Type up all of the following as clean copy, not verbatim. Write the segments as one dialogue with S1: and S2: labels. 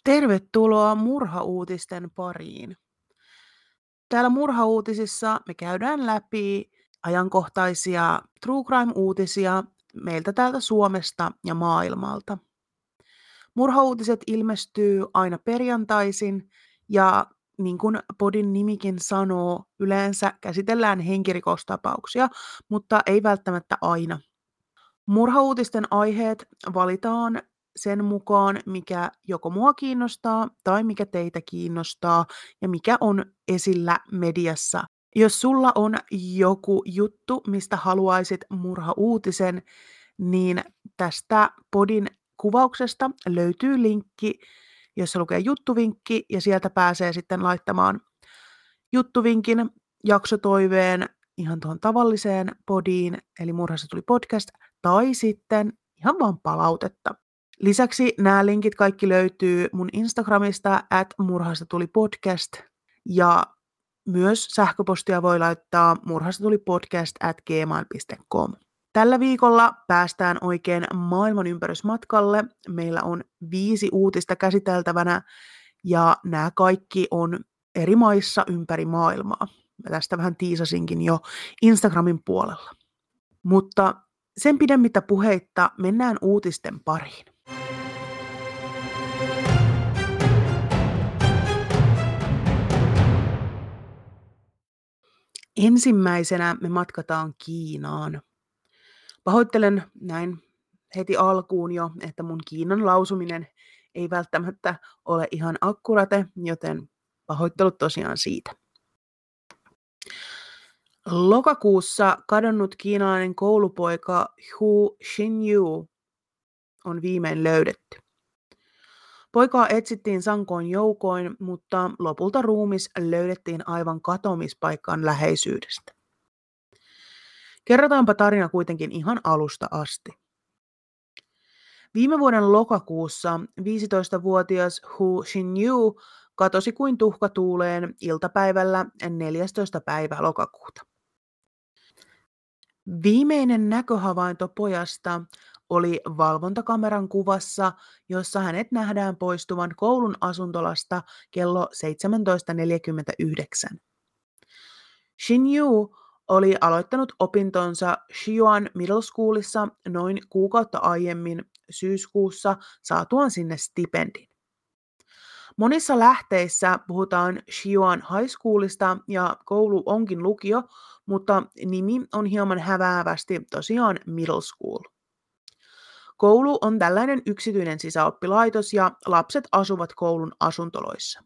S1: Tervetuloa murhauutisten pariin. Täällä murhauutisissa me käydään läpi ajankohtaisia true crime-uutisia meiltä täältä Suomesta ja maailmalta. Murhauutiset ilmestyy aina perjantaisin ja niin kuin podin nimikin sanoo, yleensä käsitellään henkirikostapauksia, mutta ei välttämättä aina. Murhauutisten aiheet valitaan sen mukaan, mikä joko mua kiinnostaa tai mikä teitä kiinnostaa ja mikä on esillä mediassa. Jos sulla on joku juttu, mistä haluaisit murhauutisen, niin tästä podin kuvauksesta löytyy linkki, jossa lukee juttuvinkki ja sieltä pääsee sitten laittamaan juttuvinkin jaksotoiveen ihan tuohon tavalliseen podiin, eli Murhasta tuli podcast, tai sitten ihan vaan palautetta. Lisäksi nämä linkit kaikki löytyy mun Instagramista @murhastatulipodcast ja myös sähköpostia voi laittaa murhastatulipodcast@gmail.com. Tällä viikolla päästään oikein maailmanympärysmatkalle. Meillä on 5 uutista käsiteltävänä ja nämä kaikki on eri maissa ympäri maailmaa. Mä tästä vähän tiisasinkin jo Instagramin puolella. Mutta sen pidemmittä puheitta mennään uutisten pariin. Ensimmäisenä me matkataan Kiinaan. Pahoittelen näin heti alkuun jo, että mun Kiinan lausuminen ei välttämättä ole ihan akkurate, joten pahoittelut tosiaan siitä. Lokakuussa kadonnut kiinalainen koulupoika Hu Xinyu on viimein löydetty. Poikaa etsittiin sankoin joukoin, mutta lopulta ruumis löydettiin aivan katoamispaikkaan läheisyydestä. Kerrotaanpa tarina kuitenkin ihan alusta asti. Viime vuoden lokakuussa 15-vuotias Hu Xinyu katosi kuin tuhka tuuleen iltapäivällä 14. päivä lokakuuta. Viimeinen näköhavainto pojasta oli valvontakameran kuvassa, jossa hänet nähdään poistuvan koulun asuntolasta kello 17.49. Xinyu oli aloittanut opintonsa Xi'an Middle Schoolissa noin kuukautta aiemmin syyskuussa saatuaan sinne stipendin. Monissa lähteissä puhutaan Xi'an High Schoolista ja koulu onkin lukio, mutta nimi on hieman häväävästi tosiaan Middle School. Koulu on tällainen yksityinen sisäoppilaitos ja lapset asuvat koulun asuntoloissa.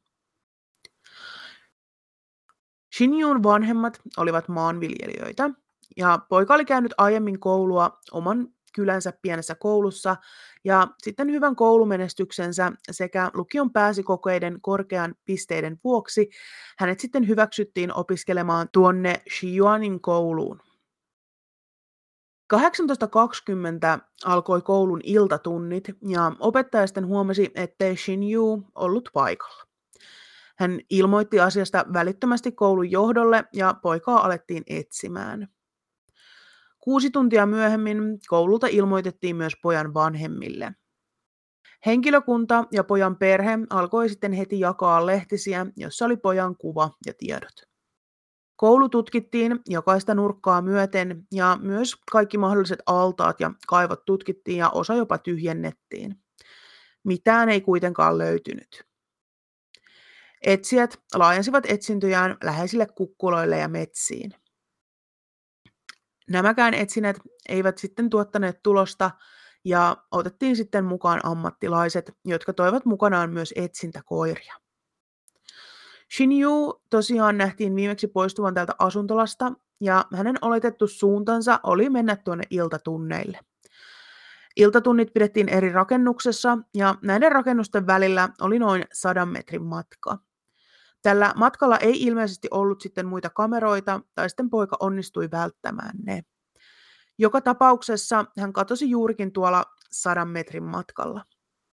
S1: Xinyun vanhemmat olivat maanviljelijöitä ja poika oli käynyt aiemmin koulua oman kylänsä pienessä koulussa ja sitten hyvän koulumenestyksensä sekä lukion pääsykokeiden korkean pisteiden vuoksi hänet sitten hyväksyttiin opiskelemaan tuonne Xi'anin kouluun. 18.20 alkoi koulun iltatunnit ja opettaja sitten huomasi, ettei Xinyu ollut paikalla. Hän ilmoitti asiasta välittömästi koulun johdolle ja poikaa alettiin etsimään. 6 tuntia myöhemmin koululta ilmoitettiin myös pojan vanhemmille. Henkilökunta ja pojan perhe alkoi sitten heti jakaa lehtisiä, jossa oli pojan kuva ja tiedot. Koulu tutkittiin jokaista nurkkaa myöten ja myös kaikki mahdolliset altaat ja kaivot tutkittiin ja osa jopa tyhjennettiin. Mitään ei kuitenkaan löytynyt. Etsijät laajensivat etsintöjään läheisille kukkuloille ja metsiin. Nämäkään etsinnät eivät sitten tuottaneet tulosta ja otettiin sitten mukaan ammattilaiset, jotka toivat mukanaan myös etsintäkoiria. Xinyu tosiaan nähtiin viimeksi poistuvan täältä asuntolasta ja hänen oletettu suuntansa oli mennä tuonne iltatunneille. Iltatunnit pidettiin eri rakennuksessa ja näiden rakennusten välillä oli noin 100 metrin matka. Tällä matkalla ei ilmeisesti ollut sitten muita kameroita tai sitten poika onnistui välttämään ne. Joka tapauksessa hän katosi juurikin tuolla 100 metrin matkalla.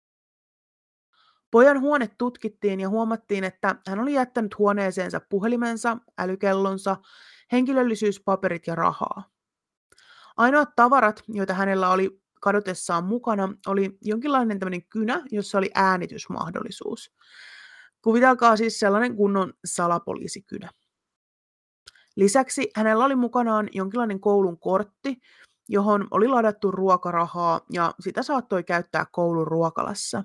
S1: Pojan huone tutkittiin ja huomattiin, että hän oli jättänyt huoneeseensa puhelimensa, älykellonsa, henkilöllisyyspaperit ja rahaa. Ainoat tavarat, joita hänellä oli kadotessaan mukana oli jonkinlainen tämmöinen kynä, jossa oli äänitysmahdollisuus. Kuvitelkaa siis sellainen kunnon salapoliisikynä. Lisäksi hänellä oli mukanaan jonkinlainen koulun kortti, johon oli ladattu ruokarahaa ja sitä saattoi käyttää koulun ruokalassa.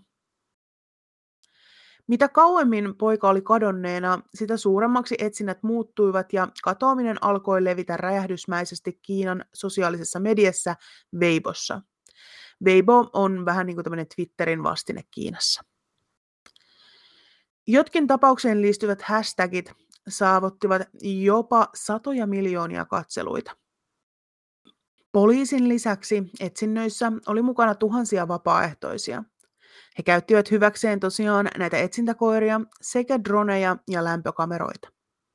S1: Mitä kauemmin poika oli kadonneena, sitä suuremmaksi etsinnät muuttuivat ja katoaminen alkoi levitä räjähdysmäisesti Kiinan sosiaalisessa mediassa Weibossa. Weibo on vähän niin kuin tämmöinen Twitterin vastine Kiinassa. Jotkin tapaukseen liittyvät hashtagit saavuttivat jopa satoja miljoonia katseluita. Poliisin lisäksi etsinnöissä oli mukana tuhansia vapaaehtoisia. He käyttivät hyväkseen tosiaan näitä etsintäkoiria sekä droneja ja lämpökameroita.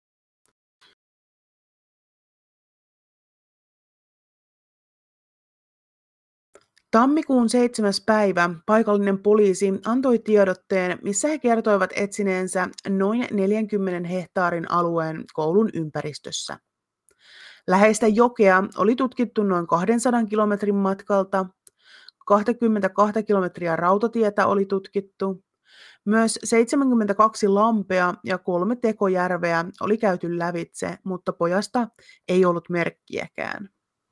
S1: Tammikuun 7. päivä paikallinen poliisi antoi tiedotteen, missä he kertoivat etsineensä noin 40 hehtaarin alueen koulun ympäristössä. Läheistä jokea oli tutkittu noin 200 kilometrin matkalta, 22 kilometriä rautatietä oli tutkittu, myös 72 lampea ja 3 tekojärveä oli käyty lävitse, mutta pojasta ei ollut merkkiäkään.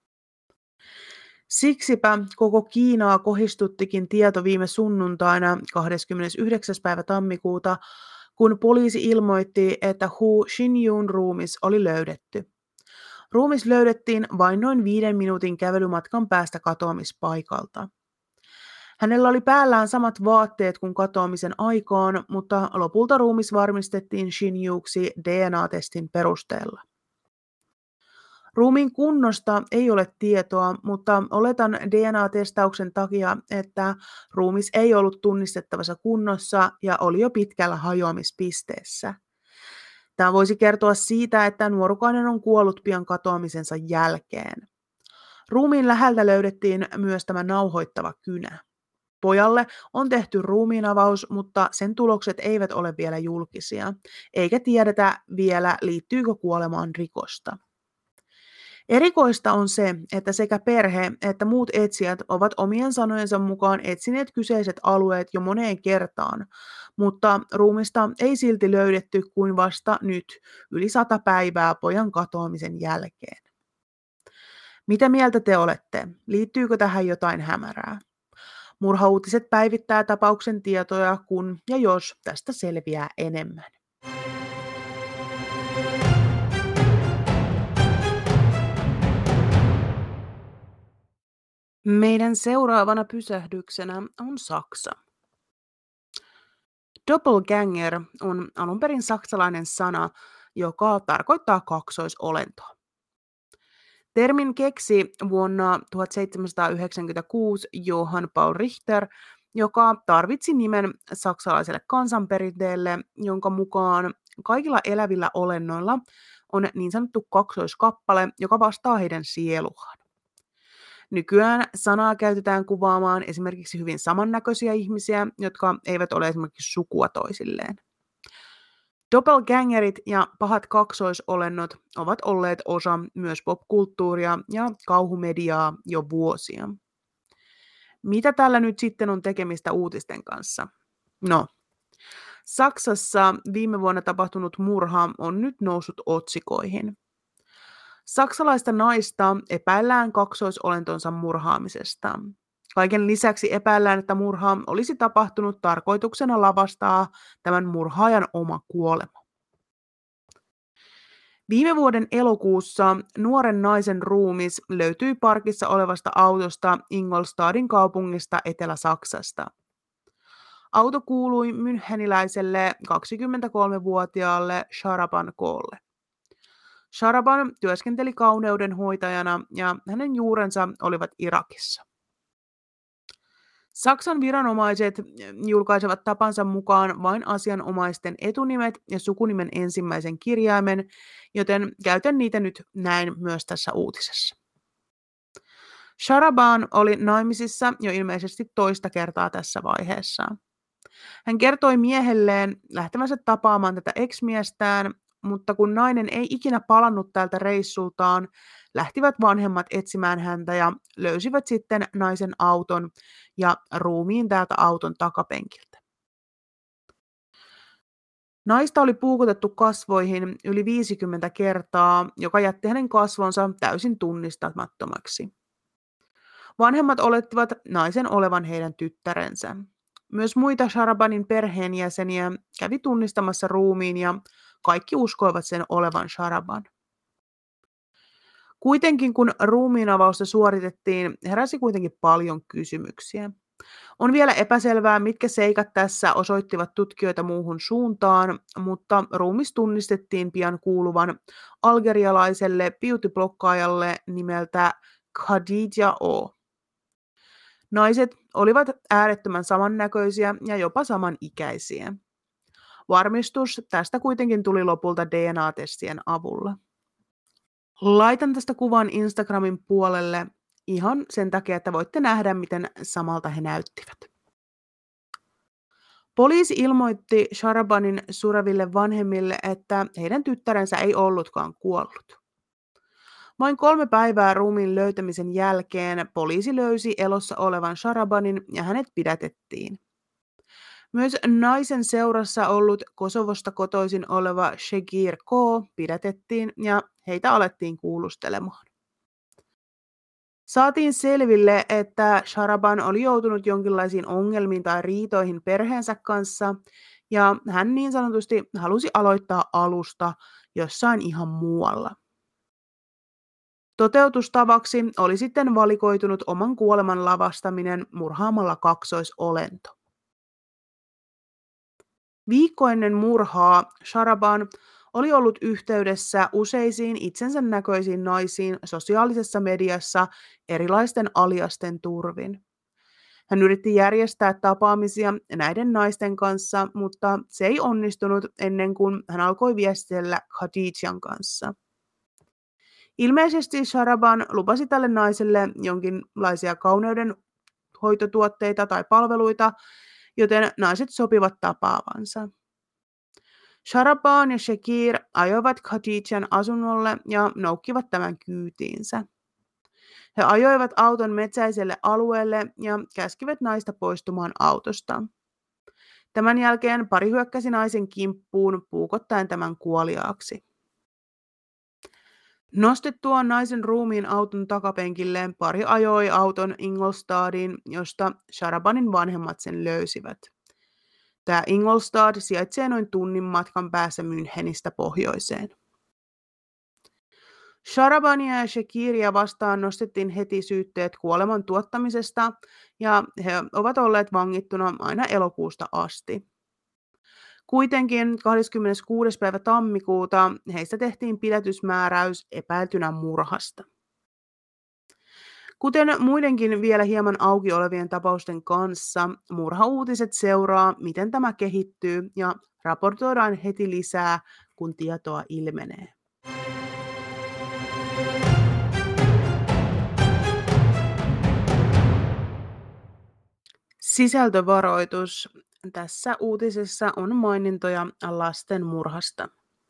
S1: Siksipä koko Kiinaa kohistuttikin tieto viime sunnuntaina 29. päivä tammikuuta, kun poliisi ilmoitti, että Hu Xinjun ruumis oli löydetty. Ruumis löydettiin vain noin 5 minuutin kävelymatkan päästä katoamispaikalta. Hänellä oli päällään samat vaatteet kuin katoamisen aikaan, mutta lopulta ruumis varmistettiin Xinjuksi DNA-testin perusteella. Ruumiin kunnosta ei ole tietoa, mutta oletan DNA-testauksen takia, että ruumis ei ollut tunnistettavassa kunnossa ja oli jo pitkällä hajoamispisteessä. Tämä voisi kertoa siitä, että nuorukainen on kuollut pian katoamisensa jälkeen. Ruumiin läheltä löydettiin myös tämä nauhoittava kynä. Pojalle on tehty ruumiinavaus, mutta sen tulokset eivät ole vielä julkisia, eikä tiedetä vielä liittyykö kuolemaan rikosta. Erikoista on se, että sekä perhe että muut etsijät ovat omien sanojensa mukaan etsineet kyseiset alueet jo moneen kertaan, mutta ruumista ei silti löydetty kuin vasta nyt, yli 100 päivää pojan katoamisen jälkeen. Mitä mieltä te olette? Liittyykö tähän jotain hämärää? Murhauutiset päivittää tapauksen tietoja, kun ja jos tästä selviää enemmän. Meidän seuraavana pysähdyksenä on Saksa. Doppelganger on alun perin saksalainen sana, joka tarkoittaa kaksoisolentoa. Termin keksi vuonna 1796 Johann Paul Richter, joka tarvitsi nimen saksalaiselle kansanperinteelle, jonka mukaan kaikilla elävillä olennoilla on niin sanottu kaksoiskappale, joka vastaa heidän sieluaan. Nykyään sanaa käytetään kuvaamaan esimerkiksi hyvin samannäköisiä ihmisiä, jotka eivät ole esimerkiksi sukua toisilleen. Doppelgangerit ja pahat kaksoisolennot ovat olleet osa myös popkulttuuria ja kauhumediaa jo vuosia. Mitä tällä nyt sitten on tekemistä uutisten kanssa? No, Saksassa viime vuonna tapahtunut murha on nyt noussut otsikoihin. Saksalaista naista epäillään kaksoisolentonsa murhaamisesta. Kaiken lisäksi epäillään, että murha olisi tapahtunut tarkoituksena lavastaa tämän murhaajan oma kuolema. Viime vuoden elokuussa nuoren naisen ruumis löytyi parkissa olevasta autosta Ingolstadtin kaupungista Etelä-Saksasta. Auto kuului müncheniläiselle 23-vuotiaalle Sharaban Koolle. Sharaban työskenteli kauneudenhoitajana ja hänen juurensa olivat Irakissa. Saksan viranomaiset julkaisevat tapansa mukaan vain asianomaisten etunimet ja sukunimen ensimmäisen kirjaimen, joten käytän niitä nyt näin myös tässä uutisessa. Sharaban oli naimisissa jo ilmeisesti toista kertaa tässä vaiheessa. Hän kertoi miehelleen lähtevänsä tapaamaan tätä ex-miestään, mutta kun nainen ei ikinä palannut tältä reissultaan, lähtivät vanhemmat etsimään häntä ja löysivät sitten naisen auton ja ruumiin täältä auton takapenkiltä. Naista oli puukotettu kasvoihin yli 50 kertaa, joka jätti hänen kasvonsa täysin tunnistamattomaksi. Vanhemmat olettivat naisen olevan heidän tyttärensä. Myös muita Sharabanin perheenjäseniä kävi tunnistamassa ruumiin ja kaikki uskoivat sen olevan Sharaban. Kuitenkin kun ruumiinavausta suoritettiin, heräsi kuitenkin paljon kysymyksiä. On vielä epäselvää, mitkä seikat tässä osoittivat tutkijoita muuhun suuntaan, mutta ruumis tunnistettiin pian kuuluvan algerialaiselle beauty-blokkaajalle nimeltä Khadija O. Naiset olivat äärettömän samannäköisiä ja jopa samanikäisiä. Varmistus tästä kuitenkin tuli lopulta DNA-testien avulla. Laitan tästä kuvan Instagramin puolelle ihan sen takia, että voitte nähdä, miten samalta he näyttivät. Poliisi ilmoitti Sharabanin sureville vanhemmille, että heidän tyttärensä ei ollutkaan kuollut. Vain 3 päivää ruumiin löytämisen jälkeen poliisi löysi elossa olevan Sharabanin ja hänet pidätettiin. Myös naisen seurassa ollut Kosovosta kotoisin oleva Shekir K. pidätettiin ja heitä alettiin kuulustelemaan. Saatiin selville, että Sharaban oli joutunut jonkinlaisiin ongelmiin tai riitoihin perheensä kanssa ja hän niin sanotusti halusi aloittaa alusta jossain ihan muualla. Toteutustavaksi oli sitten valikoitunut oman kuoleman lavastaminen murhaamalla kaksoisolento. Viikko ennen murhaa Sharaban oli ollut yhteydessä useisiin itsensä näköisiin naisiin sosiaalisessa mediassa erilaisten aliasten turvin. Hän yritti järjestää tapaamisia näiden naisten kanssa, mutta se ei onnistunut ennen kuin hän alkoi viestitellä Khadijan kanssa. Ilmeisesti Sharaban lupasi tälle naiselle jonkinlaisia kauneuden hoitotuotteita tai palveluita, joten naiset sopivat tapaavansa. Sharaban ja Shekir ajoivat Khadijan asunnolle ja noukkivat tämän kyytiinsä. He ajoivat auton metsäiselle alueelle ja käskivät naista poistumaan autosta. Tämän jälkeen pari hyökkäsi naisen kimppuun puukottaen tämän kuoliaaksi. Nostettuaan naisen ruumiin auton takapenkille pari ajoi auton Ingolstadiin, josta Sharabanin vanhemmat sen löysivät. Tämä Ingolstad sijaitsee noin tunnin matkan päässä Münchenistä pohjoiseen. Sharabania ja Shekiria vastaan nostettiin heti syytteet kuoleman tuottamisesta ja he ovat olleet vangittuna aina elokuusta asti. Kuitenkin 26. päivä tammikuuta heistä tehtiin pidätysmääräys epäiltynä murhasta. Kuten muidenkin vielä hieman auki olevien tapausten kanssa, murhauutiset seuraa, miten tämä kehittyy ja raportoidaan heti lisää, kun tietoa ilmenee. Sisältövaroitus. Tässä uutisessa on mainintoja lasten murhasta.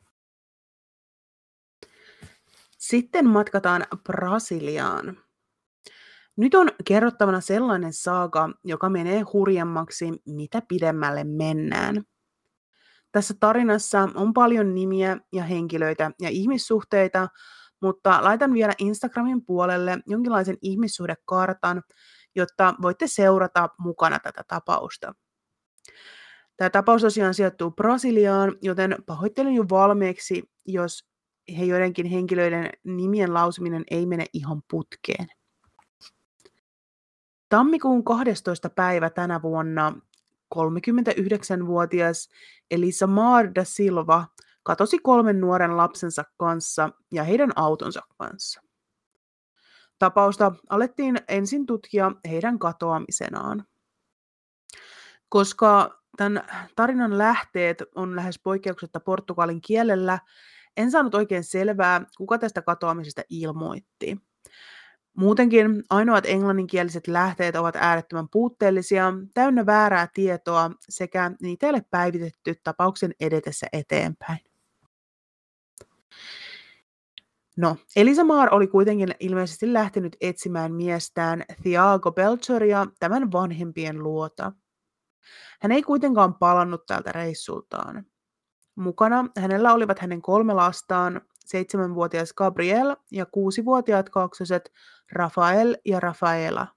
S1: Sitten matkataan Brasiliaan. Nyt on kerrottavana sellainen saaga, joka menee hurjemmaksi, mitä pidemmälle mennään. Tässä tarinassa on paljon nimiä ja henkilöitä ja ihmissuhteita, mutta laitan vielä Instagramin puolelle jonkinlaisen ihmissuhdekartan, jotta voitte seurata mukana tätä tapausta. Tämä tapaus tosiaan sijoittuu Brasiliaan, joten pahoittelen jo valmiiksi, jos joidenkin henkilöiden nimien lausuminen ei mene ihan putkeen. Tammikuun 12. päivä tänä vuonna 39-vuotias Elisamar da Silva katosi 3 nuoren lapsensa kanssa ja heidän autonsa kanssa. Tapausta alettiin ensin tutkia heidän katoamisenaan. Koska tämän tarinan lähteet on lähes poikkeuksetta portugalin kielellä, en saanut oikein selvää, kuka tästä katoamisesta ilmoitti. Muutenkin ainoat englanninkieliset lähteet ovat äärettömän puutteellisia, täynnä väärää tietoa sekä niitä ei ole päivitetty tapauksen edetessä eteenpäin. No, Elisamar oli kuitenkin ilmeisesti lähtenyt etsimään miestään Thiago Belchoria tämän vanhempien luota. Hän ei kuitenkaan palannut tältä reissultaan. Mukana hänellä olivat hänen 3 lastaan, 7-vuotias Gabriel ja 6-vuotiaat kaksoset Rafael ja Rafaela.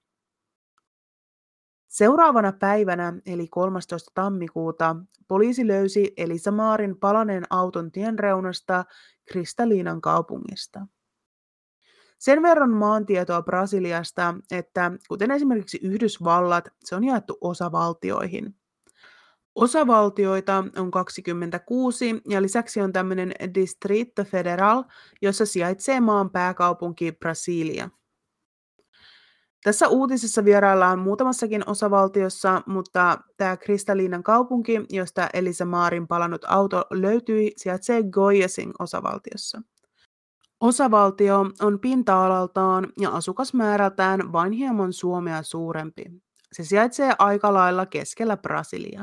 S1: Seuraavana päivänä, eli 13. tammikuuta, poliisi löysi Elisamarin palaneen auton tien reunasta Kristaliinan kaupungista. Sen verran maantietoa Brasiliasta, että kuten esimerkiksi Yhdysvallat, se on jaettu osavaltioihin. Osavaltioita on 26 ja lisäksi on tämmöinen Distrito Federal, jossa sijaitsee maan pääkaupunki Brasilia. Tässä uutisessa vieraillaan muutamassakin osavaltiossa, mutta tämä Kristaliinan kaupunki, josta Elisamarin palannut auto löytyi, sijaitsee Goiasin osavaltiossa. Osavaltio on pinta-alaltaan ja asukasmäärältään vain hieman Suomea suurempi. Se sijaitsee aika lailla keskellä Brasiliaa.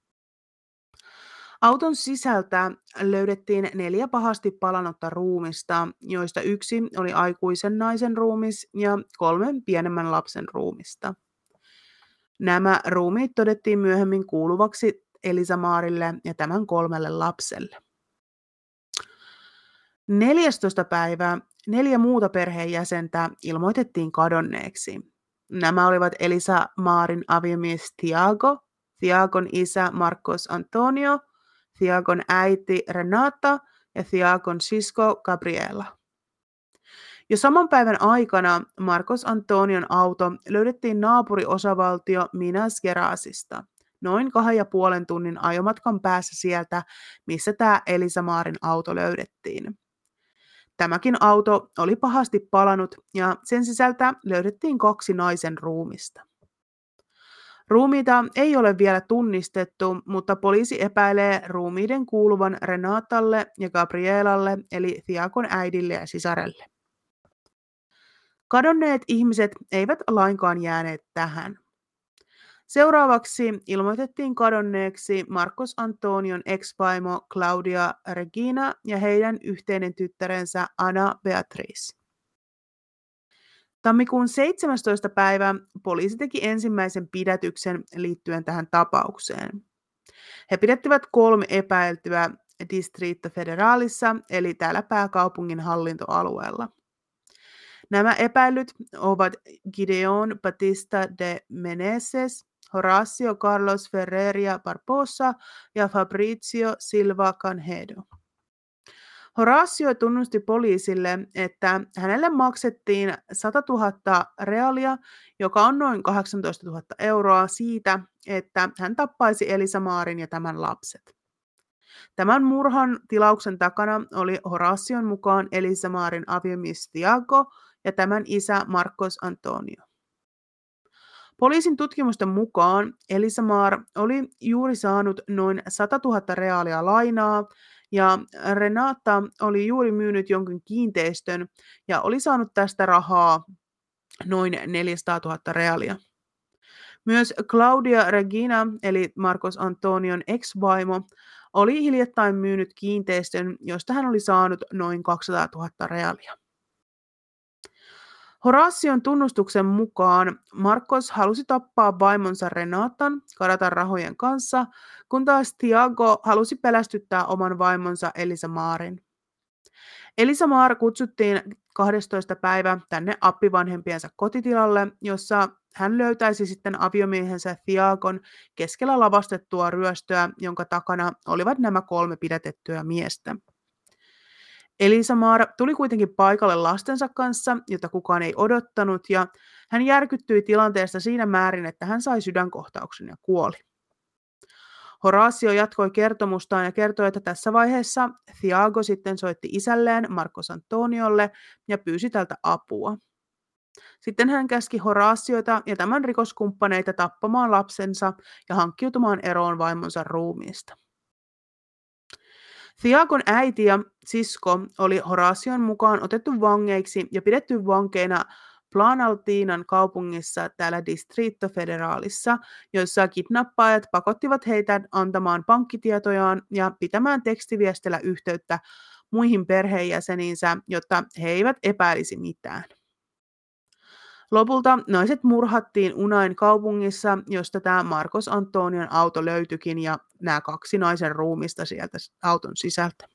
S1: Auton sisältä löydettiin 4 pahasti palannutta ruumista, joista 1 oli aikuisen naisen ruumis ja 3 pienemmän lapsen ruumista. Nämä ruumiit todettiin myöhemmin kuuluvaksi Elisamarille ja tämän 3 lapselle. 14. päivä 4 muuta perheenjäsentä ilmoitettiin kadonneeksi. Nämä olivat Elisamarin aviomies Thiago, Thiagon isä Marcos Antonio, Thiagon äiti Renata ja Thiagon sisko Gabriela. Jo saman päivän aikana Marcos Antonion auto löydettiin naapuriosavaltio Minas Geraisista, noin 2,5 tunnin ajomatkan päässä sieltä, missä tämä Elisamarin auto löydettiin. Tämäkin auto oli pahasti palanut ja sen sisältä löydettiin 2 naisen ruumista. Ruumiita ei ole vielä tunnistettu, mutta poliisi epäilee ruumiiden kuuluvan Renatalle ja Gabrielalle, eli Thiagon äidille ja sisarelle. Kadonneet ihmiset eivät lainkaan jääneet tähän. Seuraavaksi ilmoitettiin kadonneeksi Marcos Antonion ex-vaimo Claudia Regina ja heidän yhteinen tyttärensä Ana Beatriz. Tammikuun 17. päivä poliisi teki ensimmäisen pidätyksen liittyen tähän tapaukseen. He pidättivät 3 epäiltyä Distrito Federalissa, eli täällä pääkaupungin hallintoalueella. Nämä epäilyt ovat Gideon Batista de Menezes, Horacio Carlos Ferreira Barbosa ja Fabrizio Silva Canhedo. Horacio tunnusti poliisille, että hänelle maksettiin 100 000 reaalia, joka on noin 18 000 euroa siitä, että hän tappaisi Elisamarin ja tämän lapset. Tämän murhan tilauksen takana oli Horacion mukaan Elisamarin aviomies Thiago ja tämän isä Marcos Antonio. Poliisin tutkimusten mukaan Elisamar oli juuri saanut noin 100 000 reaalia lainaa, ja Renata oli juuri myynyt jonkin kiinteistön ja oli saanut tästä rahaa noin 400 000 reaalia. Myös Claudia Regina, eli Marcos Antonion ex-vaimo, oli hiljattain myynyt kiinteistön, josta hän oli saanut noin 200 000 reaalia. Horacion tunnustuksen mukaan Marcos halusi tappaa vaimonsa Renatan kadata rahojen kanssa, kun taas Thiago halusi pelästyttää oman vaimonsa Elisamarin. Elisamar kutsuttiin 12. päivä tänne appivanhempiensa kotitilalle, jossa hän löytäisi sitten aviomiehensä Thiagon keskellä lavastettua ryöstöä, jonka takana olivat nämä 3 pidätettyä miestä. Elisamar tuli kuitenkin paikalle lastensa kanssa, jota kukaan ei odottanut, ja hän järkyttyi tilanteesta siinä määrin, että hän sai sydänkohtauksen ja kuoli. Horacio jatkoi kertomustaan ja kertoi, että tässä vaiheessa Thiago sitten soitti isälleen Marcos Antoniolle ja pyysi tältä apua. Sitten hän käski Horaciota ja tämän rikoskumppaneita tappamaan lapsensa ja hankkiutumaan eroon vaimonsa ruumiista. Thiagon äiti ja sisko oli Horacion mukaan otettu vangeiksi ja pidetty vankeina Planaltinan kaupungissa täällä Distrito Federalissa, jossa kidnappaajat pakottivat heitä antamaan pankkitietojaan ja pitämään tekstiviestillä yhteyttä muihin perheenjäseniinsä, jotta he eivät epäilisi mitään. Lopulta naiset murhattiin Unain kaupungissa, josta tämä Marcos Antonion auto löytyikin ja nämä 2 naisen ruumista sieltä auton sisältä.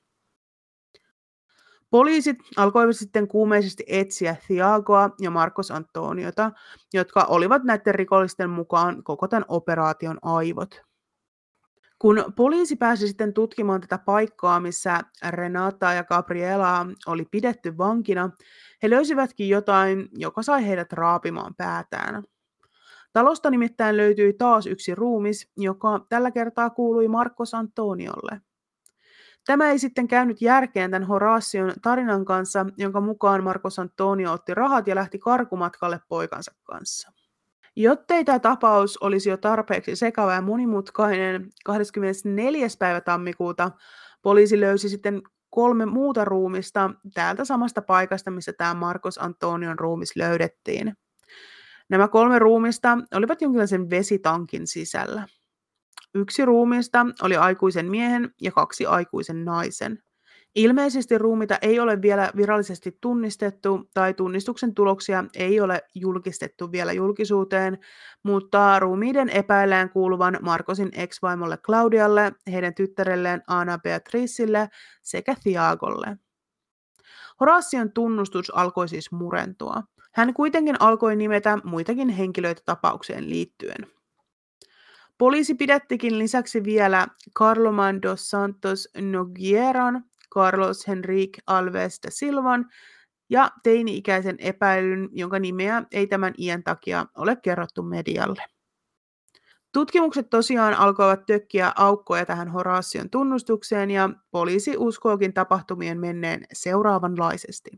S1: Poliisit alkoivat sitten kuumeisesti etsiä Thiagoa ja Marcos Antoniota, jotka olivat näiden rikollisten mukaan koko tämän operaation aivot. Kun poliisi pääsi sitten tutkimaan tätä paikkaa, missä Renata ja Gabriela oli pidetty vankina, he löysivätkin jotain, joka sai heidät raapimaan päätään. Talosta nimittäin löytyi taas yksi ruumis, joka tällä kertaa kuului Marcos Antoniolle. Tämä ei sitten käynyt järkeen tämän Horacion tarinan kanssa, jonka mukaan Marcos Antonio otti rahat ja lähti karkumatkalle poikansa kanssa. Jottei tämä tapaus olisi jo tarpeeksi sekava ja monimutkainen, 24. päivä tammikuuta poliisi löysi sitten 3 muuta ruumista täältä samasta paikasta, missä tämä Marcos Antonion ruumis löydettiin. Nämä 3 ruumista olivat jonkinlaisen vesitankin sisällä. 1 ruumista oli aikuisen miehen ja 2 aikuisen naisen. Ilmeisesti ruumiita ei ole vielä virallisesti tunnistettu tai tunnistuksen tuloksia ei ole julkistettu vielä julkisuuteen, mutta ruumiiden epäillään kuuluvan Marcosin ex-vaimolle Claudialle, heidän tyttärelleen Ana Beatricelle sekä Thiagolle. Horacion tunnustus alkoi siis murentua. Hän kuitenkin alkoi nimetä muitakin henkilöitä tapaukseen liittyen. Poliisi pidättikin lisäksi vielä Carloman dos Santos Nogueiran, Carlos Henrique Alves de Silvan ja teini-ikäisen epäilyn, jonka nimeä ei tämän iän takia ole kerrottu medialle. Tutkimukset tosiaan alkoivat tökkiä aukkoja tähän Horacion tunnustukseen ja poliisi uskookin tapahtumien menneen seuraavanlaisesti.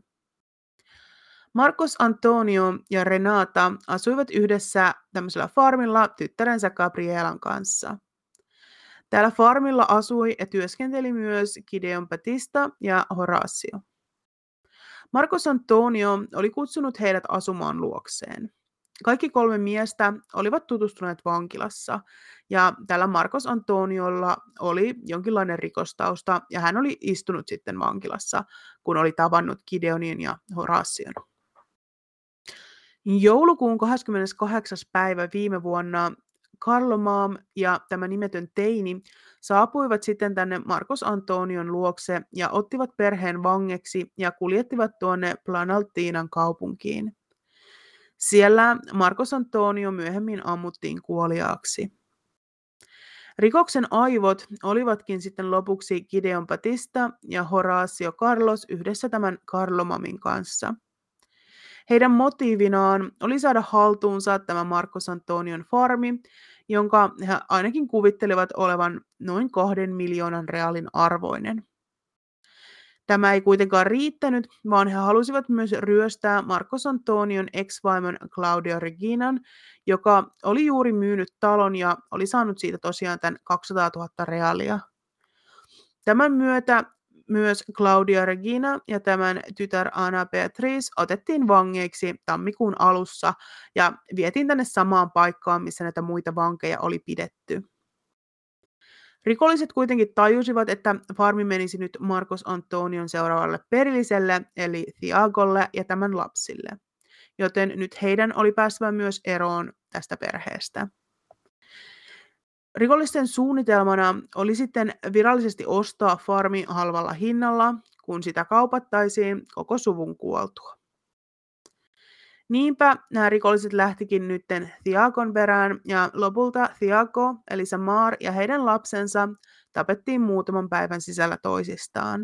S1: Marcos Antonio ja Renata asuivat yhdessä tämmöisellä farmilla tyttärensä Gabrielan kanssa. Täällä farmilla asui ja työskenteli myös Gideon Batista ja Horacio. Marcos Antonio oli kutsunut heidät asumaan luokseen. Kaikki 3 miestä olivat tutustuneet vankilassa ja tällä Marcos Antoniolla oli jonkinlainen rikostausta ja hän oli istunut sitten vankilassa, kun oli tavannut Gideonin ja Horacion. Joulukuun 28. päivä viime vuonna Carlomam ja tämä nimetön teini saapuivat sitten tänne Marcos Antonion luokse ja ottivat perheen vangeksi ja kuljettivat tuonne Planaltinan kaupunkiin. Siellä Marcos Antonio myöhemmin ammuttiin kuoliaaksi. Rikoksen aivot olivatkin sitten lopuksi Gideon Batista ja Horacio Carlos yhdessä tämän Carlomamin kanssa. Heidän motiivinaan oli saada haltuunsa tämä Marcos Antonion farmi, jonka he ainakin kuvittelivat olevan noin 2 miljoonan reaalin arvoinen. Tämä ei kuitenkaan riittänyt, vaan he halusivat myös ryöstää Marcos Antonion ex-vaimon Claudia Reginan, joka oli juuri myynyt talon ja oli saanut siitä tosiaan tämän 200 000 reaalia. Tämän myötä myös Claudia Regina ja tämän tytär Ana Beatriz otettiin vangeiksi tammikuun alussa ja vietiin tänne samaan paikkaan, missä näitä muita vankeja oli pidetty. Rikolliset kuitenkin tajusivat, että farmi menisi nyt Marcos Antonion seuraavalle perilliselle, eli Thiagolle ja tämän lapsille, joten nyt heidän oli päästävä myös eroon tästä perheestä. Rikollisten suunnitelmana oli sitten virallisesti ostaa farmi halvalla hinnalla, kun sitä kaupattaisiin koko suvun kuoltua. Niinpä nämä rikolliset lähtikin nytten Thiagon perään ja lopulta Thiago eli Samar ja heidän lapsensa tapettiin muutaman päivän sisällä toisistaan.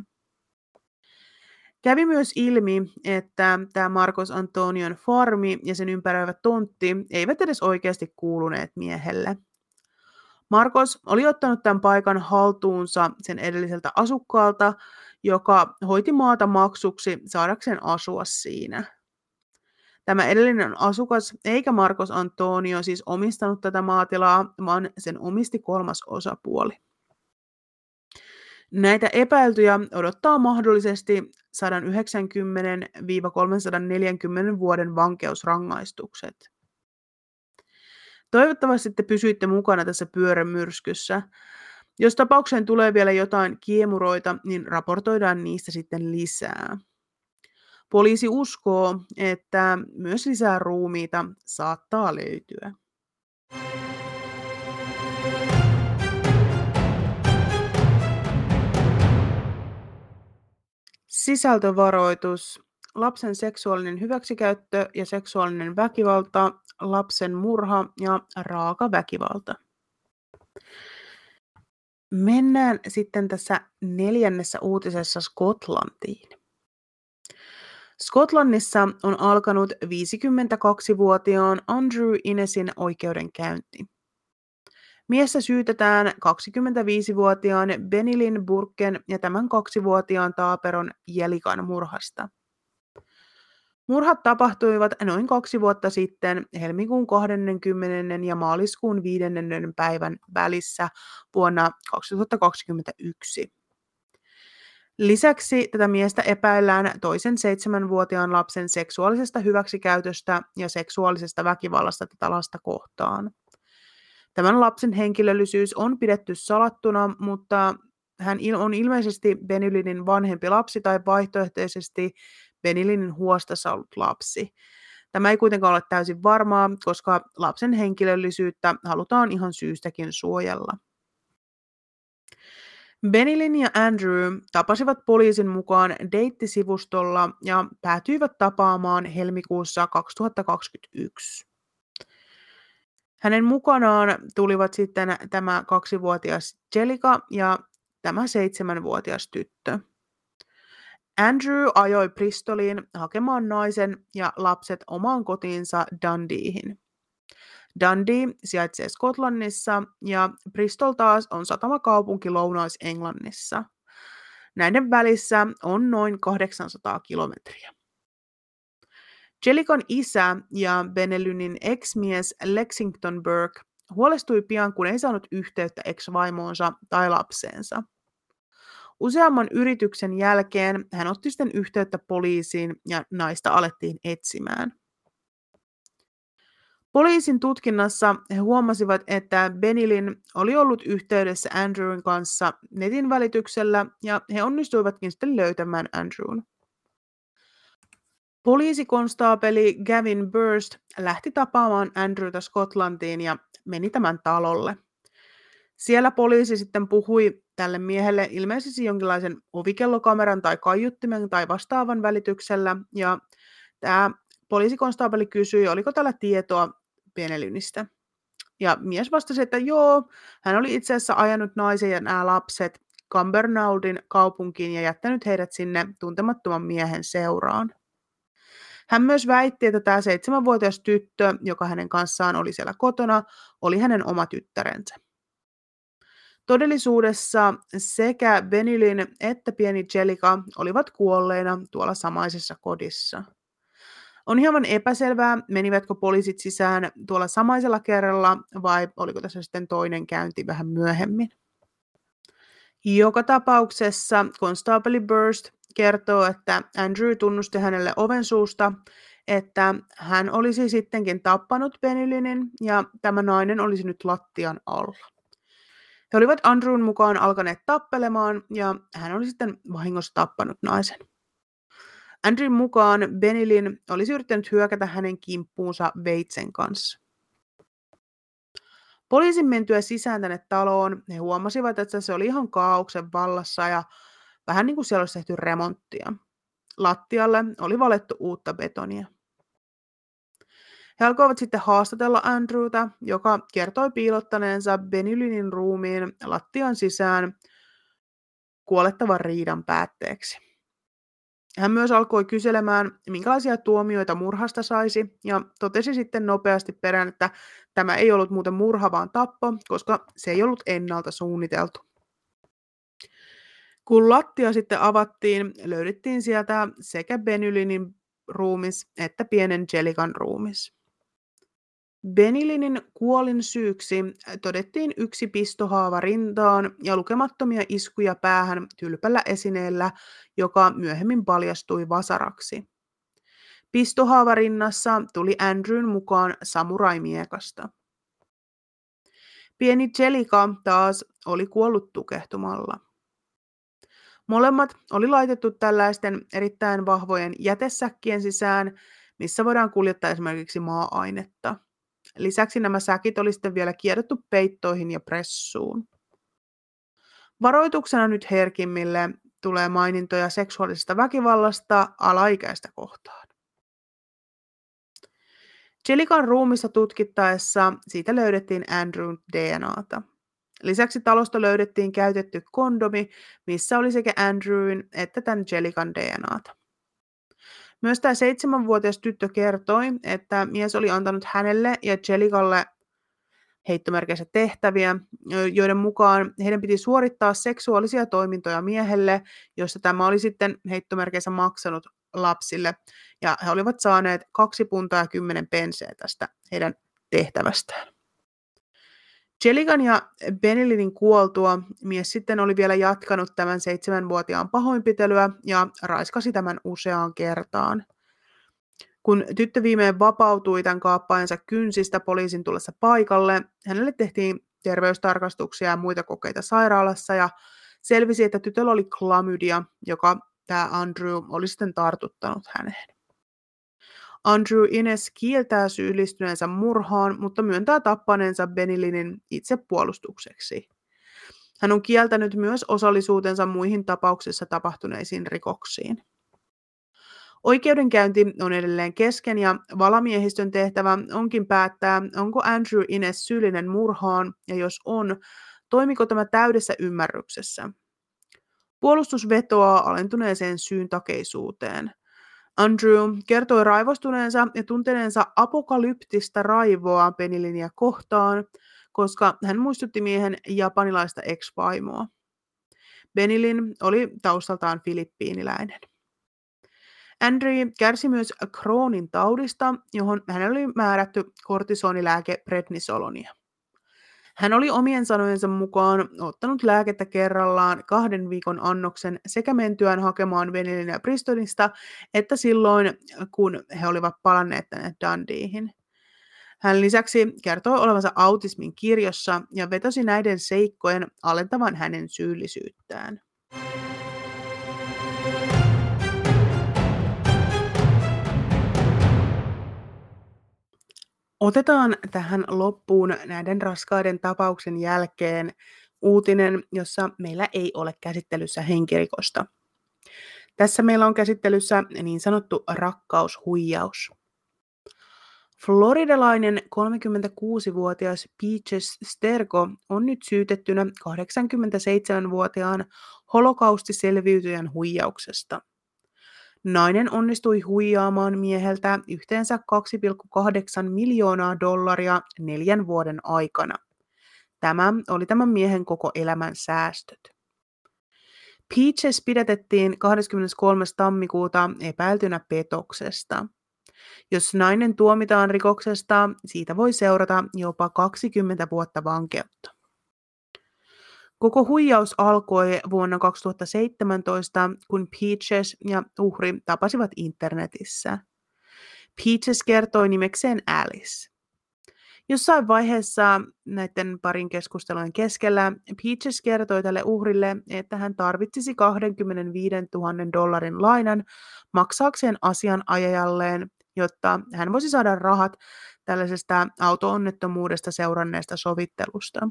S1: Kävi myös ilmi, että tämä Marcos Antonion farmi ja sen ympäröivä tontti eivät edes oikeasti kuuluneet miehelle. Marcos oli ottanut tämän paikan haltuunsa sen edelliseltä asukkaalta, joka hoiti maata maksuksi saadakseen asua siinä. Tämä edellinen asukas eikä Marcos Antonio siis omistanut tätä maatilaa, vaan sen omisti 3. osapuoli. Näitä epäiltyjä odottaa mahdollisesti 190-340 vuoden vankeusrangaistukset. Toivottavasti te pysyitte mukana tässä pyörämyrskyssä. Jos tapaukseen tulee vielä jotain kiemuroita, niin raportoidaan niistä sitten lisää. Poliisi uskoo, että myös lisää ruumiita saattaa löytyä. Sisältövaroitus. Lapsen seksuaalinen hyväksikäyttö ja seksuaalinen väkivalta, lapsen murha ja raaka väkivalta. Mennään sitten tässä 4. uutisessa Skotlantiin. Skotlannissa on alkanut 52-vuotiaan Andrew Innesin oikeudenkäynti. Miestä syytetään 25-vuotiaan Benilyn Burken ja tämän 2-vuotiaan taaperon Jelikan murhasta. Murhat tapahtuivat noin 2 vuotta sitten helmikuun 20. ja maaliskuun 5. päivän välissä vuonna 2021. Lisäksi tätä miestä epäillään toisen 7-vuotiaan lapsen seksuaalisesta hyväksikäytöstä ja seksuaalisesta väkivallasta tätä lasta kohtaan. Tämän lapsen henkilöllisyys on pidetty salattuna, mutta hän on ilmeisesti Benilynin vanhempi lapsi tai vaihtoehtoisesti Benilynin huostassa ollut lapsi. Tämä ei kuitenkaan ole täysin varmaa, koska lapsen henkilöllisyyttä halutaan ihan syystäkin suojella. Benilyn ja Andrew tapasivat poliisin mukaan deittisivustolla ja päätyivät tapaamaan helmikuussa 2021. Hänen mukanaan tulivat sitten tämä 2-vuotias Jelika ja tämä 7-vuotias tyttö. Andrew ajoi Bristoliin hakemaan naisen ja lapset omaan kotiinsa Dundeehin. Dundee sijaitsee Skotlannissa ja Bristol taas on satamakaupunki Lounais-Englannissa. Näiden välissä on noin 800 kilometriä. Jelikan isä ja Benilynin ex-mies Lexington Burke huolestui pian, kun ei saanut yhteyttä ex-vaimoonsa tai lapseensa. Useamman yrityksen jälkeen hän otti sitten yhteyttä poliisiin ja naista alettiin etsimään. Poliisin tutkinnassa he huomasivat, että Benilyn oli ollut yhteydessä Andrewn kanssa netin välityksellä ja he onnistuivatkin sitten löytämään Andrewn. Poliisikonstaapeli Gavin Burst lähti tapaamaan Andrewta Skotlantiin ja meni tämän talolle. Siellä poliisi sitten puhui tälle miehelle ilmeisesti jonkinlaisen ovikellokameran tai kaiuttimen tai vastaavan välityksellä ja tämä poliisikonstaapeli kysyi, oliko tällä tietoa Benilynistä. Ja mies vastasi, että joo, hän oli itse asiassa ajanut naisen ja nämä lapset Cumbernaulin kaupunkiin ja jättänyt heidät sinne tuntemattoman miehen seuraan. Hän myös väitti, että tämä 7-vuotias tyttö, joka hänen kanssaan oli siellä kotona, oli hänen oma tyttärensä. Todellisuudessa sekä Benilyn että pieni Jelika olivat kuolleina tuolla samaisessa kodissa. On hieman epäselvää, menivätkö poliisit sisään tuolla samaisella kerralla vai oliko tässä sitten toinen käynti vähän myöhemmin. Joka tapauksessa konstaapeli Burst kertoo, että Andrew tunnusti hänelle ovensuusta, että hän olisi sittenkin tappanut Benilynin ja tämä nainen olisi nyt lattian alla. He olivat Andrewn mukaan alkaneet tappelemaan ja hän oli sitten vahingossa tappanut naisen. Andrewn mukaan Benilyn olisi yrittänyt hyökätä hänen kimppuunsa veitsen kanssa. Poliisin mentyä sisään tänne taloon he huomasivat, että se oli ihan kaaoksen vallassa ja vähän niin kuin siellä olisi tehty remonttia. Lattialle oli valettu uutta betonia. He alkoivat sitten haastatella Andrewta, joka kertoi piilottaneensa Benilynin ruumiin lattian sisään kuolettavan riidan päätteeksi. Hän myös alkoi kyselemään, minkälaisia tuomioita murhasta saisi, ja totesi sitten nopeasti perään, että tämä ei ollut muuten murha, vaan tappo, koska se ei ollut ennalta suunniteltu. Kun lattia sitten avattiin, löydettiin sieltä sekä Benilynin ruumis että pienen Jelikan ruumis. Benilynin kuolinsyyksi todettiin 1 pistohaava rintaan ja lukemattomia iskuja päähän tylpällä esineellä, joka myöhemmin paljastui vasaraksi. Pistohaava rinnassa tuli Andrewn mukaan samuraimiekasta. Pieni Jellica taas oli kuollut tukehtumalla. Molemmat oli laitettu tällaisten erittäin vahvojen jätesäkkien sisään, missä voidaan kuljettaa esimerkiksi maa-ainetta. Lisäksi nämä säkit oli sitten vielä kiedottu peittoihin ja pressuun. Varoituksena nyt herkimmille tulee mainintoja seksuaalisesta väkivallasta alaikäistä kohtaan. Jellican ruumista tutkittaessa siitä löydettiin Andrewn DNAta. Lisäksi talosta löydettiin käytetty kondomi, missä oli sekä Andrewn että tämän Jellican DNAta. Myös tämä 7-vuotias tyttö kertoi, että mies oli antanut hänelle ja Jellicalle heittomerkeissä tehtäviä, joiden mukaan heidän piti suorittaa seksuaalisia toimintoja miehelle, josta tämä oli sitten heittomerkeissä maksanut lapsille. Ja he olivat saaneet 2 puntaa ja 10 penseä tästä heidän tehtävästään. Jellican ja Benilinin kuoltua mies sitten oli vielä jatkanut tämän 7-vuotiaan pahoinpitelyä ja raiskasi tämän useaan kertaan. Kun tyttö viimein vapautui tämän kaappaajansa kynsistä poliisin tullessa paikalle, hänelle tehtiin terveystarkastuksia ja muita kokeita sairaalassa ja selvisi, että tytöllä oli klamydia, joka tämä Andrew oli sitten tartuttanut häneen. Andrew Innes kieltää syyllistyneensä murhaan, mutta myöntää tappaneensa Benilinin itsepuolustukseksi. Hän on kieltänyt myös osallisuutensa muihin tapauksissa tapahtuneisiin rikoksiin. Oikeudenkäynti on edelleen kesken ja valamiehistön tehtävä onkin päättää, onko Andrew Innes syyllinen murhaan ja jos on, toimiko tämä täydessä ymmärryksessä. Puolustus vetoaa alentuneeseen syyntakeisuuteen. Andrew kertoi raivostuneensa ja tunteneensa apokalyptista raivoa Benilinia kohtaan, koska hän muistutti miehen japanilaista ex-vaimoa. Benilin oli taustaltaan filippiiniläinen. Andrew kärsi myös Crohnin taudista, johon hänelle oli määrätty kortisonilääke prednisolonia. Hän oli omien sanojensa mukaan ottanut lääkettä kerrallaan 2 viikon annoksen sekä mentyään hakemaan Benilinia Bristolista, että silloin, kun he olivat palanneet tänne Dundeeihin. Hän lisäksi kertoi olevansa autismin kirjossa ja vetosi näiden seikkojen alentavan hänen syyllisyyttään. Otetaan tähän loppuun näiden raskaiden tapauksen jälkeen uutinen, jossa meillä ei ole käsittelyssä henkirikosta. Tässä meillä on käsittelyssä niin sanottu rakkaushuijaus. Floridalainen 36-vuotias Peaches Sterko on nyt syytettynä 87-vuotiaan holokaustiselviytyjän huijauksesta. Nainen onnistui huijaamaan mieheltä yhteensä $2,8 miljoonaa 4 vuoden aikana. Tämä oli tämän miehen koko elämän säästöt. Peaches pidätettiin 23. tammikuuta epäiltynä petoksesta. Jos nainen tuomitaan rikoksesta, siitä voi seurata jopa 20 vuotta vankeutta. Koko huijaus alkoi vuonna 2017, kun Peaches ja uhri tapasivat internetissä. Peaches kertoi nimekseen Alice. Jossain vaiheessa näiden parin keskustelujen keskellä Peaches kertoi tälle uhrille, että hän tarvitsisi $25,000 lainan maksaakseen asianajajalleen, jotta hän voisi saada rahat tällaisesta auto-onnettomuudesta seuranneesta sovittelusta.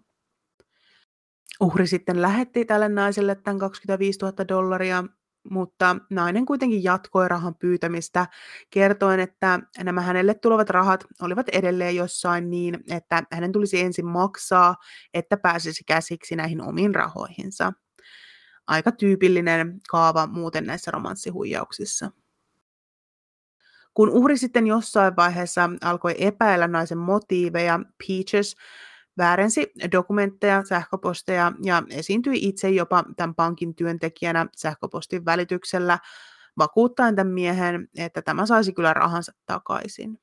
S1: Uhri sitten lähetti tälle naiselle tämän $25,000, mutta nainen kuitenkin jatkoi rahan pyytämistä, kertoen, että nämä hänelle tulevat rahat olivat edelleen jossain niin, että hänen tulisi ensin maksaa, että pääsisi käsiksi näihin omiin rahoihinsa. Aika tyypillinen kaava muuten näissä romanssihuijauksissa. Kun uhri sitten jossain vaiheessa alkoi epäillä naisen motiiveja, Peaches väärensi dokumentteja, sähköposteja ja esiintyi itse jopa tämän pankin työntekijänä sähköpostin välityksellä, vakuuttaen tämän miehen, että tämä saisi kyllä rahansa takaisin.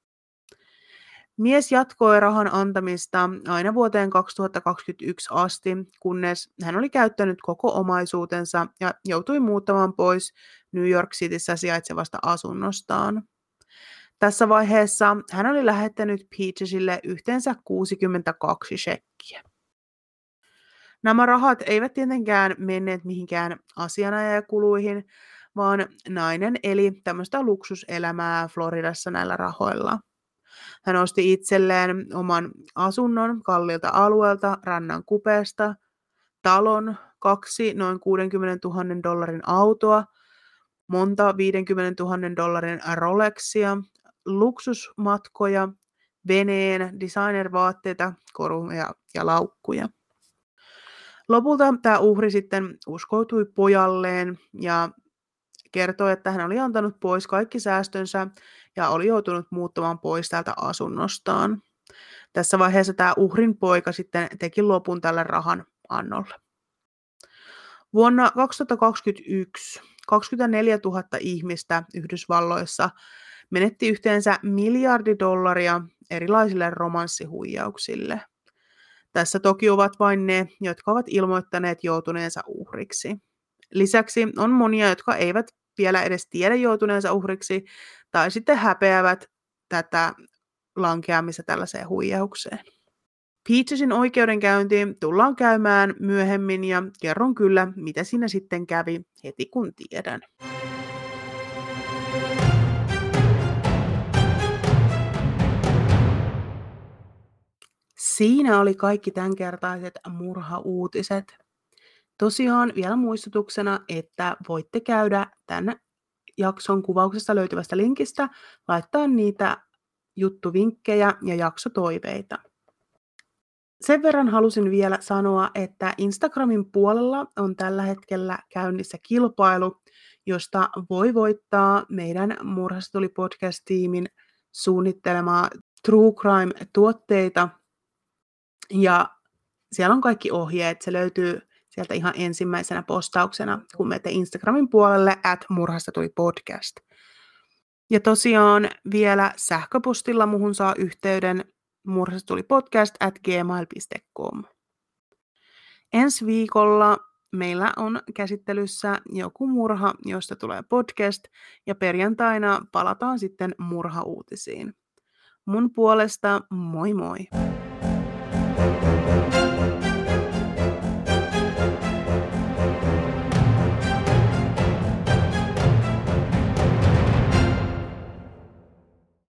S1: Mies jatkoi rahan antamista aina vuoteen 2021 asti, kunnes hän oli käyttänyt koko omaisuutensa ja joutui muuttamaan pois New York Cityssä sijaitsevasta asunnostaan. Tässä vaiheessa hän oli lähettänyt Peachesille yhteensä 62 shekkiä. Nämä rahat eivät tietenkään menneet mihinkään asianajajakuluihin, vaan nainen eli tämmöistä luksuselämää Floridassa näillä rahoilla. Hän osti itselleen oman asunnon kalliilta alueelta rannan kupeesta, talon, 2 noin $60,000 autoa, monta $50,000 Rolexia, luksusmatkoja, veneen, designervaatteita, koruja ja laukkuja. Lopulta tämä uhri sitten uskoutui pojalleen ja kertoi, että hän oli antanut pois kaikki säästönsä ja oli joutunut muuttamaan pois täältä asunnostaan. Tässä vaiheessa tämä uhrin poika sitten teki lopun tälle rahan annolle. Vuonna 2021 24 000 ihmistä Yhdysvalloissa menetti yhteensä $1 miljardi erilaisille romanssihuijauksille. Tässä toki ovat vain ne, jotka ovat ilmoittaneet joutuneensa uhriksi. Lisäksi on monia, jotka eivät vielä edes tiedä joutuneensa uhriksi tai sitten häpeävät tätä lankeamista tällaiseen huijaukseen. Peachesin oikeudenkäynti tullaan käymään myöhemmin ja kerron kyllä, mitä siinä sitten kävi heti kun tiedän. Siinä oli kaikki tämänkertaiset murhauutiset. Tosiaan vielä muistutuksena, että voitte käydä tämän jakson kuvauksesta löytyvästä linkistä, laittaa niitä juttuvinkkejä ja jaksotoiveita. Sen verran halusin vielä sanoa, että Instagramin puolella on tällä hetkellä käynnissä kilpailu, josta voi voittaa meidän Murhasta tuli podcast-tiimin suunnittelemaa True Crime-tuotteita. Ja siellä on kaikki ohjeet, se löytyy sieltä ihan ensimmäisenä postauksena, kun menette Instagramin puolelle @murhasta tuli podcast. Ja tosiaan vielä sähköpostilla muhun saa yhteyden murhasta tuli podcast@gmail.com. Ensi viikolla meillä on käsittelyssä joku murha, josta tulee podcast, ja perjantaina palataan sitten murhauutisiin. Mun puolesta moi moi!